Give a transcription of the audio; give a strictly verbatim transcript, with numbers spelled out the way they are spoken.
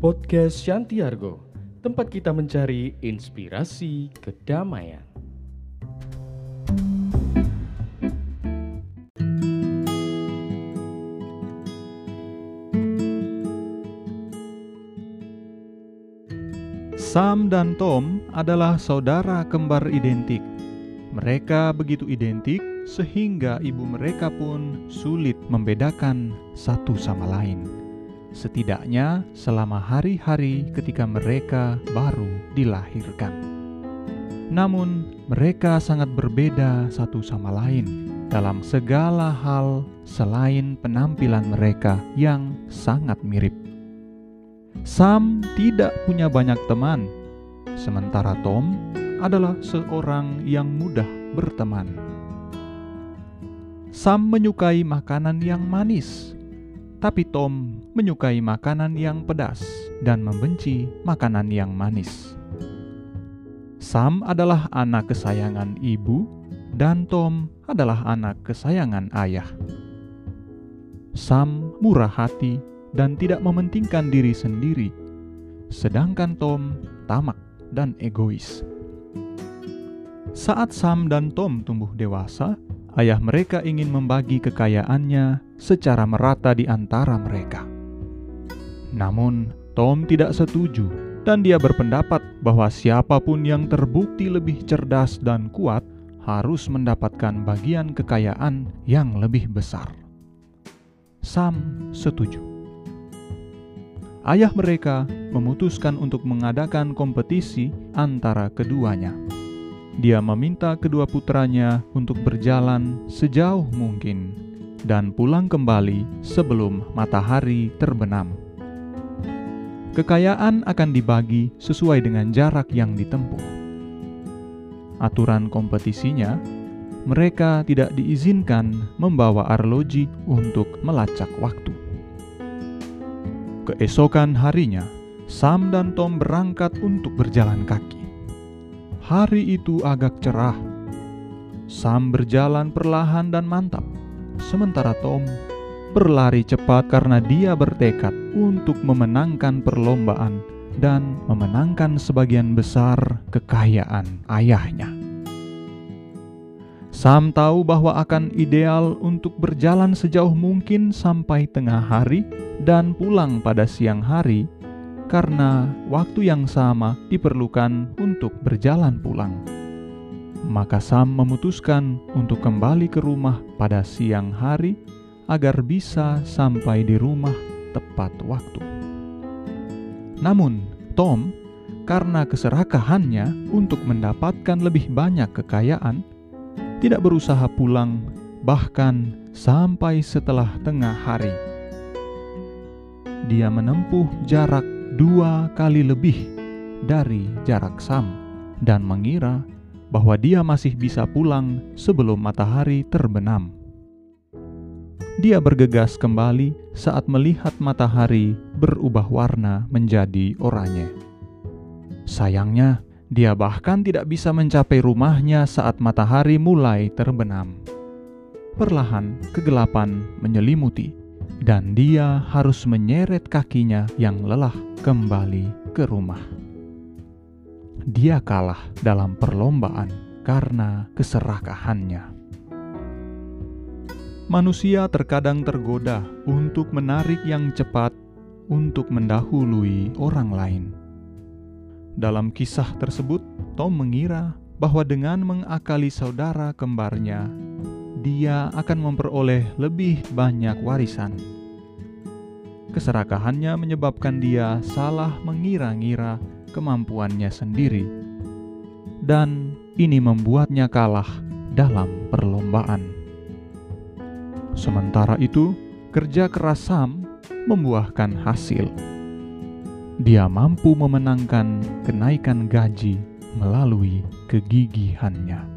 Podcast Shantiargo, tempat kita mencari inspirasi kedamaian. Sam dan Tom adalah saudara kembar identik. Mereka begitu identik sehingga ibu mereka pun sulit membedakan satu sama lain. Setidaknya selama hari-hari ketika mereka baru dilahirkan. Namun mereka sangat berbeda satu sama lain dalam segala hal selain penampilan mereka yang sangat mirip. Sam tidak punya banyak teman, sementara Tom adalah seorang yang mudah berteman. Sam menyukai makanan yang manis, tapi Tom menyukai makanan yang pedas dan membenci makanan yang manis. Sam adalah anak kesayangan ibu, dan Tom adalah anak kesayangan ayah. Sam murah hati dan tidak mementingkan diri sendiri, sedangkan Tom tamak dan egois. Saat Sam dan Tom tumbuh dewasa, ayah mereka ingin membagi kekayaannya secara merata di antara mereka. Namun, Tom tidak setuju, dan dia berpendapat bahwa siapapun yang terbukti lebih cerdas dan kuat harus mendapatkan bagian kekayaan yang lebih besar. Sam setuju. Ayah mereka memutuskan untuk mengadakan kompetisi antara keduanya. Dia meminta kedua putranya untuk berjalan sejauh mungkin dan pulang kembali sebelum matahari terbenam. Kekayaan akan dibagi sesuai dengan jarak yang ditempuh. Aturan kompetisinya, mereka tidak diizinkan membawa arloji untuk melacak waktu. Keesokan harinya, Sam dan Tom berangkat untuk berjalan kaki. Hari itu agak cerah. Sam berjalan perlahan dan mantap, sementara Tom berlari cepat karena dia bertekad untuk memenangkan perlombaan dan memenangkan sebagian besar kekayaan ayahnya. Sam tahu bahwa akan ideal untuk berjalan sejauh mungkin sampai tengah hari dan pulang pada siang hari, karena waktu yang sama diperlukan untuk berjalan pulang. Maka Sam memutuskan untuk kembali ke rumah pada siang hari agar bisa sampai di rumah tepat waktu. Namun, Tom, karena keserakahannya untuk mendapatkan lebih banyak kekayaan, tidak berusaha pulang bahkan sampai setelah tengah hari. Dia menempuh jarak dua kali lebih dari jarak Sam dan mengira bahwa dia masih bisa pulang sebelum matahari terbenam. Dia bergegas kembali saat melihat matahari berubah warna menjadi oranye. Sayangnya, dia bahkan tidak bisa mencapai rumahnya saat matahari mulai terbenam. Perlahan, kegelapan menyelimuti, dan dia harus menyeret kakinya yang lelah kembali ke rumah. Dia kalah dalam perlombaan karena keserakahannya. Manusia terkadang tergoda untuk menarik yang cepat untuk mendahului orang lain. Dalam kisah tersebut, Tom mengira bahwa dengan mengakali saudara kembarnya, dia akan memperoleh lebih banyak warisan. Keserakahannya menyebabkan dia salah mengira-ngira kemampuannya sendiri, dan ini membuatnya kalah dalam perlombaan. Sementara itu, kerja keras Sam membuahkan hasil. Dia mampu memenangkan kenaikan gaji melalui kegigihannya.